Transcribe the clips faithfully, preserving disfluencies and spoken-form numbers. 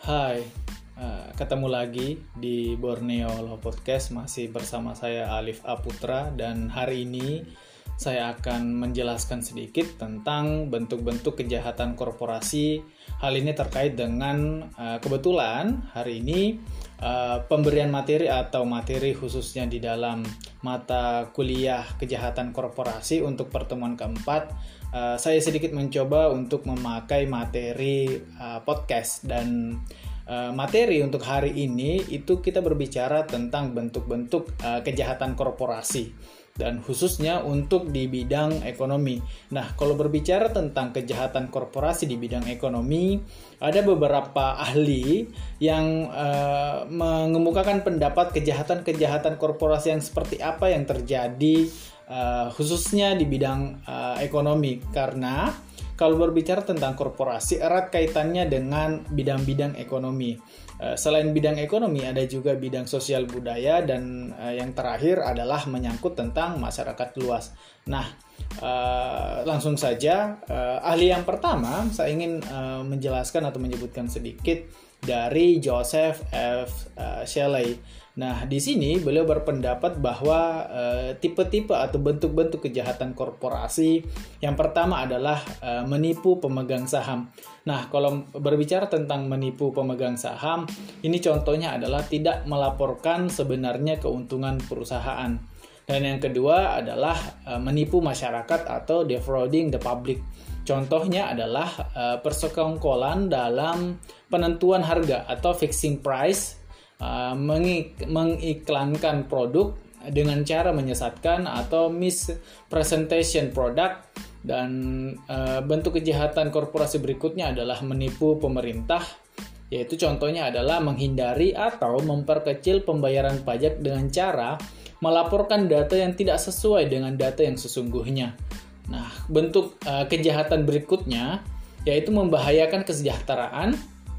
Hai, uh, ketemu lagi di Borneo Law Podcast, masih bersama saya Alif Aputra, dan hari ini saya akan menjelaskan sedikit tentang bentuk-bentuk kejahatan korporasi. Hal ini terkait dengan uh, kebetulan hari ini uh, pemberian materi atau materi khususnya di dalam mata kuliah kejahatan korporasi untuk pertemuan keempat. Uh, saya sedikit mencoba untuk memakai materi uh, podcast, dan uh, materi untuk hari ini itu kita berbicara tentang bentuk-bentuk uh, kejahatan korporasi dan khususnya untuk di bidang ekonomi. Nah, kalau berbicara tentang kejahatan korporasi di bidang ekonomi, ada beberapa ahli yang uh, mengemukakan pendapat kejahatan-kejahatan korporasi yang seperti apa yang terjadi Uh, khususnya di bidang uh, ekonomi, karena kalau berbicara tentang korporasi erat kaitannya dengan bidang-bidang ekonomi. Uh, selain bidang ekonomi ada juga bidang sosial budaya, dan uh, yang terakhir adalah menyangkut tentang masyarakat luas. Nah, uh, langsung saja uh, ahli yang pertama saya ingin uh, menjelaskan atau menyebutkan sedikit dari Joseph F. Uh, Shelley. Nah, di sini beliau berpendapat bahwa uh, tipe-tipe atau bentuk-bentuk kejahatan korporasi yang pertama adalah uh, menipu pemegang saham. Nah, kalau berbicara tentang menipu pemegang saham, ini contohnya adalah tidak melaporkan sebenarnya keuntungan perusahaan. Dan yang kedua adalah uh, menipu masyarakat atau defrauding the public. Contohnya adalah uh, persekongkolan dalam penentuan harga atau fixing price, uh, mengik- mengiklankan produk dengan cara menyesatkan atau mispresentation produk. Dan uh, bentuk kejahatan korporasi berikutnya adalah menipu pemerintah, yaitu contohnya adalah menghindari atau memperkecil pembayaran pajak dengan cara melaporkan data yang tidak sesuai dengan data yang sesungguhnya. Nah, bentuk uh, kejahatan berikutnya yaitu membahayakan kesejahteraan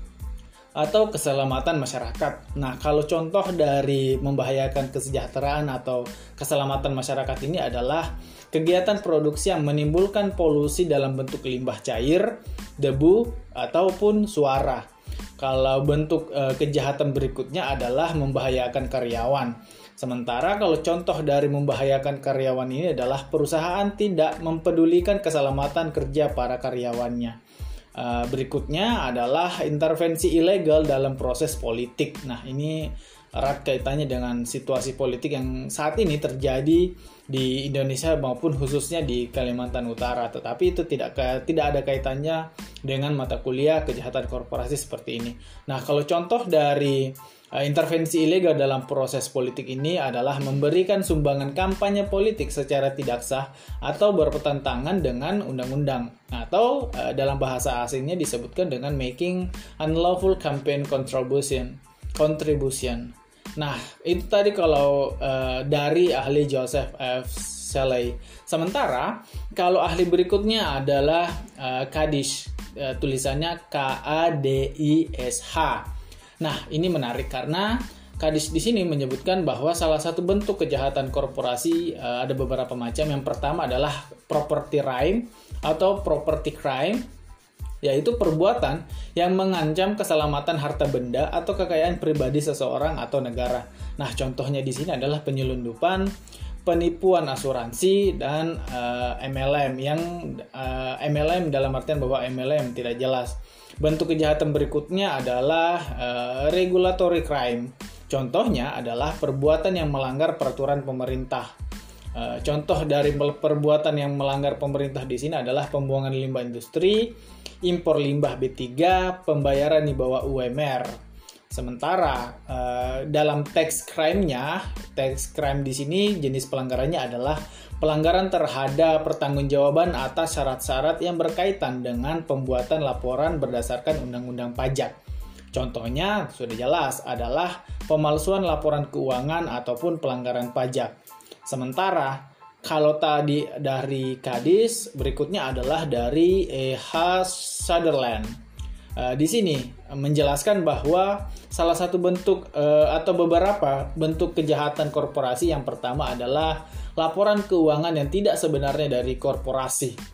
atau keselamatan masyarakat. Nah, kalau contoh dari membahayakan kesejahteraan atau keselamatan masyarakat ini adalah kegiatan produksi yang menimbulkan polusi dalam bentuk limbah cair, debu, ataupun suara. Kalau bentuk uh, kejahatan berikutnya adalah membahayakan karyawan. Sementara kalau contoh dari membahayakan karyawan ini adalah perusahaan tidak mempedulikan keselamatan kerja para karyawannya. Uh, berikutnya adalah intervensi ilegal dalam proses politik. Nah, ini erat kaitannya dengan situasi politik yang saat ini terjadi di Indonesia maupun khususnya di Kalimantan Utara. Tetapi itu tidak tidak ada kaitannya dengan mata kuliah kejahatan korporasi seperti ini. Nah, kalau contoh dari uh, intervensi ilegal dalam proses politik ini adalah memberikan sumbangan kampanye politik secara tidak sah atau bertentangan dengan undang-undang, atau uh, dalam bahasa asingnya disebutkan dengan making unlawful campaign contribution. contribution. Nah, itu tadi kalau uh, dari ahli Joseph F. Shelley. Sementara kalau ahli berikutnya adalah uh, Kadish, uh, tulisannya K A D I S H. Nah, ini menarik karena Kadish di sini menyebutkan bahwa salah satu bentuk kejahatan korporasi uh, ada beberapa macam. Yang pertama adalah property crime atau property crime, yaitu perbuatan yang mengancam keselamatan harta benda atau kekayaan pribadi seseorang atau negara. Nah, contohnya di sini adalah penyelundupan, penipuan asuransi, dan uh, M L M yang uh, M L M dalam artian bahwa M L M tidak jelas. Bentuk kejahatan berikutnya adalah uh, regulatory crime. Contohnya adalah perbuatan yang melanggar peraturan pemerintah. Uh, contoh dari perbuatan yang melanggar pemerintah di sini adalah pembuangan limbah industri, impor limbah B tiga, pembayaran di bawah U M R. Sementara uh, dalam tax crime-nya, tax crime di sini jenis pelanggarannya adalah pelanggaran terhadap pertanggungjawaban atas syarat-syarat yang berkaitan dengan pembuatan laporan berdasarkan undang-undang pajak. Contohnya sudah jelas adalah pemalsuan laporan keuangan ataupun pelanggaran pajak. Sementara kalau tadi dari Kadish, berikutnya adalah dari E H. Sutherland. Uh, di sini menjelaskan bahwa salah satu bentuk uh, atau beberapa bentuk kejahatan korporasi yang pertama adalah laporan keuangan yang tidak sebenarnya dari korporasi.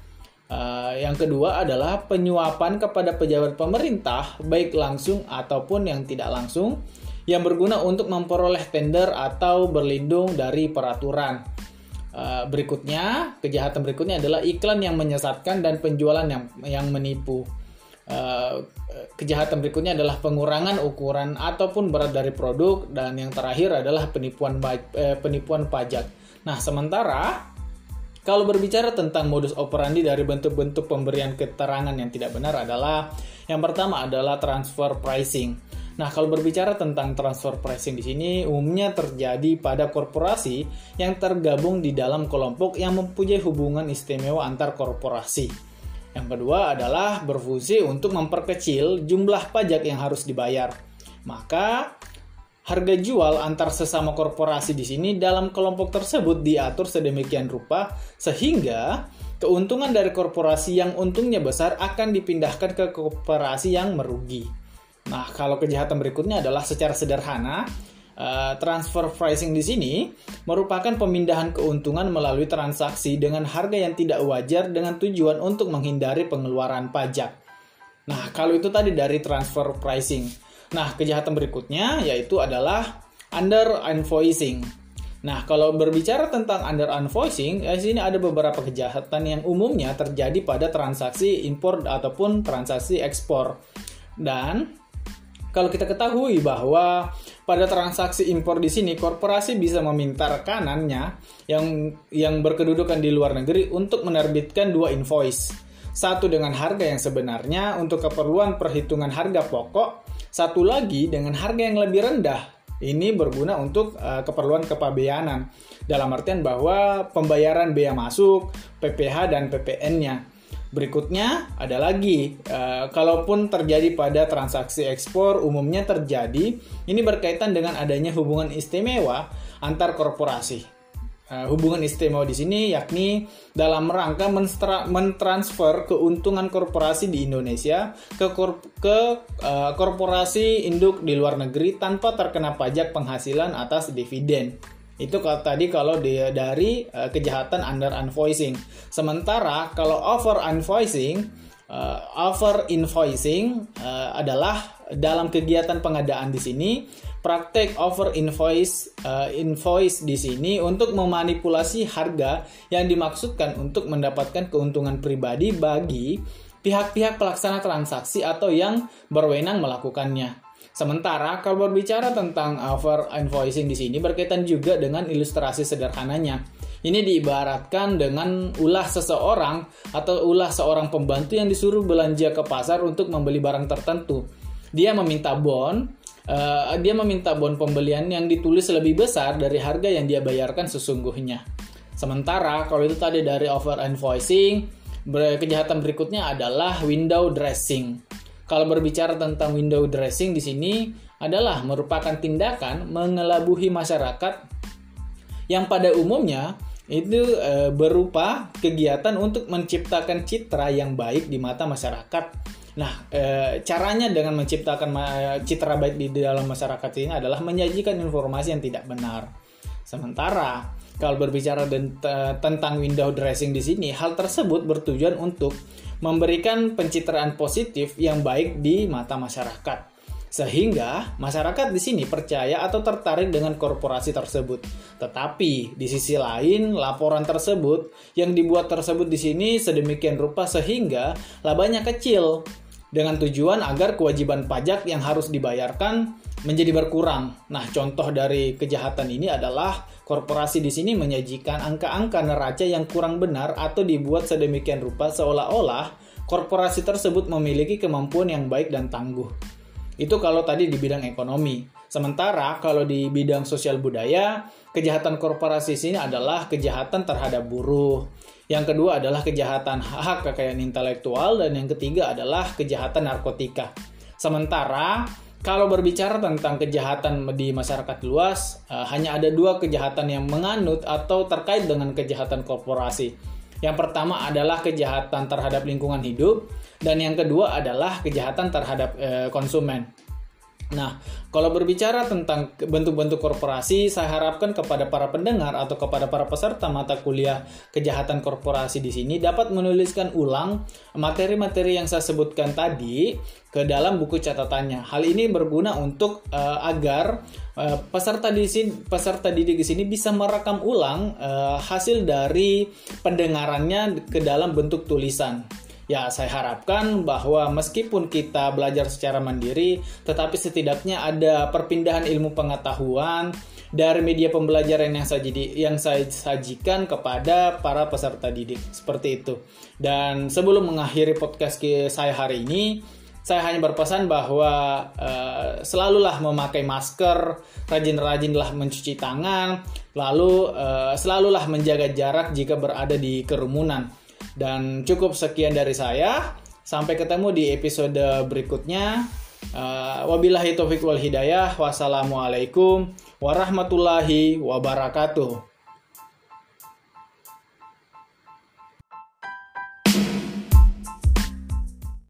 Uh, yang kedua adalah penyuapan kepada pejabat pemerintah, baik langsung ataupun yang tidak langsung, yang berguna untuk memperoleh tender atau berlindung dari peraturan. Uh, berikutnya, kejahatan berikutnya adalah iklan yang menyesatkan dan penjualan yang yang menipu. Uh, kejahatan berikutnya adalah pengurangan ukuran ataupun berat dari produk, dan yang terakhir adalah penipuan eh, penipuan pajak. Nah, sementara kalau berbicara tentang modus operandi dari bentuk-bentuk pemberian keterangan yang tidak benar adalah yang pertama adalah transfer pricing. Nah, kalau berbicara tentang transfer pricing di sini umumnya terjadi pada korporasi yang tergabung di dalam kelompok yang mempunyai hubungan istimewa antar korporasi. Yang kedua adalah berfungsi untuk memperkecil jumlah pajak yang harus dibayar. Maka harga jual antar sesama korporasi di sini dalam kelompok tersebut diatur sedemikian rupa sehingga keuntungan dari korporasi yang untungnya besar akan dipindahkan ke korporasi yang merugi. Nah, kalau kejahatan berikutnya adalah secara sederhana, uh, transfer pricing di sini merupakan pemindahan keuntungan melalui transaksi dengan harga yang tidak wajar dengan tujuan untuk menghindari pengeluaran pajak. Nah, kalau itu tadi dari transfer pricing. Nah, kejahatan berikutnya yaitu adalah under invoicing. Nah, kalau berbicara tentang under invoicing, di sini ada beberapa kejahatan yang umumnya terjadi pada transaksi impor ataupun transaksi ekspor. Dan kalau kita ketahui bahwa pada transaksi impor di sini korporasi bisa meminta rekanannya yang yang berkedudukan di luar negeri untuk menerbitkan dua invoice. Satu dengan harga yang sebenarnya untuk keperluan perhitungan harga pokok, satu lagi dengan harga yang lebih rendah. Ini berguna untuk uh, keperluan kepabeanan. Dalam artian bahwa pembayaran bea masuk, P P H dan P P N-nya. Berikutnya ada lagi, uh, kalaupun terjadi pada transaksi ekspor umumnya terjadi, ini berkaitan dengan adanya hubungan istimewa antar korporasi. Uh, hubungan istimewa di sini yakni dalam rangka menstra- mentransfer keuntungan korporasi di Indonesia ke, kor- ke uh, korporasi induk di luar negeri tanpa terkena pajak penghasilan atas dividen. Itu kalau tadi kalau dia dari uh, kejahatan under invoicing. Sementara kalau over invoicing, uh, over invoicing uh, adalah dalam kegiatan pengadaan di sini praktek over invoice uh, invoice di sini untuk memanipulasi harga yang dimaksudkan untuk mendapatkan keuntungan pribadi bagi pihak-pihak pelaksana transaksi atau yang berwenang melakukannya. Sementara kalau berbicara tentang over invoicing di sini berkaitan juga dengan ilustrasi sederhananya. Ini diibaratkan dengan ulah seseorang atau ulah seorang pembantu yang disuruh belanja ke pasar untuk membeli barang tertentu. Dia meminta bon, uh, dia meminta bon pembelian yang ditulis lebih besar dari harga yang dia bayarkan sesungguhnya. Sementara kalau itu tadi dari over invoicing, kejahatan berikutnya adalah window dressing. Kalau berbicara tentang window dressing di sini adalah merupakan tindakan mengelabuhi masyarakat yang pada umumnya itu e, berupa kegiatan untuk menciptakan citra yang baik di mata masyarakat. Nah, e, caranya dengan menciptakan ma- citra baik di dalam masyarakat ini adalah menyajikan informasi yang tidak benar. Sementara kalau berbicara dent- tentang window dressing di sini, hal tersebut bertujuan untuk memberikan pencitraan positif yang baik di mata masyarakat. Sehingga masyarakat di sini percaya atau tertarik dengan korporasi tersebut. Tetapi di sisi lain, laporan tersebut yang dibuat tersebut di sini sedemikian rupa sehingga labanya kecil dengan tujuan agar kewajiban pajak yang harus dibayarkan menjadi berkurang. Nah, contoh dari kejahatan ini adalah korporasi di sini menyajikan angka-angka neraca yang kurang benar atau dibuat sedemikian rupa seolah-olah korporasi tersebut memiliki kemampuan yang baik dan tangguh. Itu kalau tadi di bidang ekonomi. Sementara kalau di bidang sosial budaya, kejahatan korporasi sini adalah kejahatan terhadap buruh. Yang kedua adalah kejahatan hak kekayaan intelektual dan yang ketiga adalah kejahatan narkotika. Sementara kalau berbicara tentang kejahatan di masyarakat luas, uh, hanya ada dua kejahatan yang menganut atau terkait dengan kejahatan korporasi. Yang pertama adalah kejahatan terhadap lingkungan hidup, dan yang kedua adalah kejahatan terhadap uh, konsumen. Nah, kalau berbicara tentang bentuk-bentuk korporasi, saya harapkan kepada para pendengar atau kepada para peserta mata kuliah kejahatan korporasi di sini dapat menuliskan ulang materi-materi yang saya sebutkan tadi ke dalam buku catatannya. Hal ini berguna untuk uh, agar uh, peserta di sini, peserta didik di sini bisa merekam ulang uh, hasil dari pendengarannya ke dalam bentuk tulisan. Ya, saya harapkan bahwa meskipun kita belajar secara mandiri, tetapi setidaknya ada perpindahan ilmu pengetahuan dari media pembelajaran yang saya, yang saya sajikan kepada para peserta didik. Seperti itu. Dan sebelum mengakhiri podcast saya hari ini, saya hanya berpesan bahwa uh, selalulah memakai masker, rajin-rajinlah mencuci tangan, lalu uh, selalulah menjaga jarak jika berada di kerumunan. Dan cukup sekian dari saya. Sampai ketemu di episode berikutnya. Uh, wabillahi taufiq wal hidayah. Wassalamualaikum warahmatullahi wabarakatuh.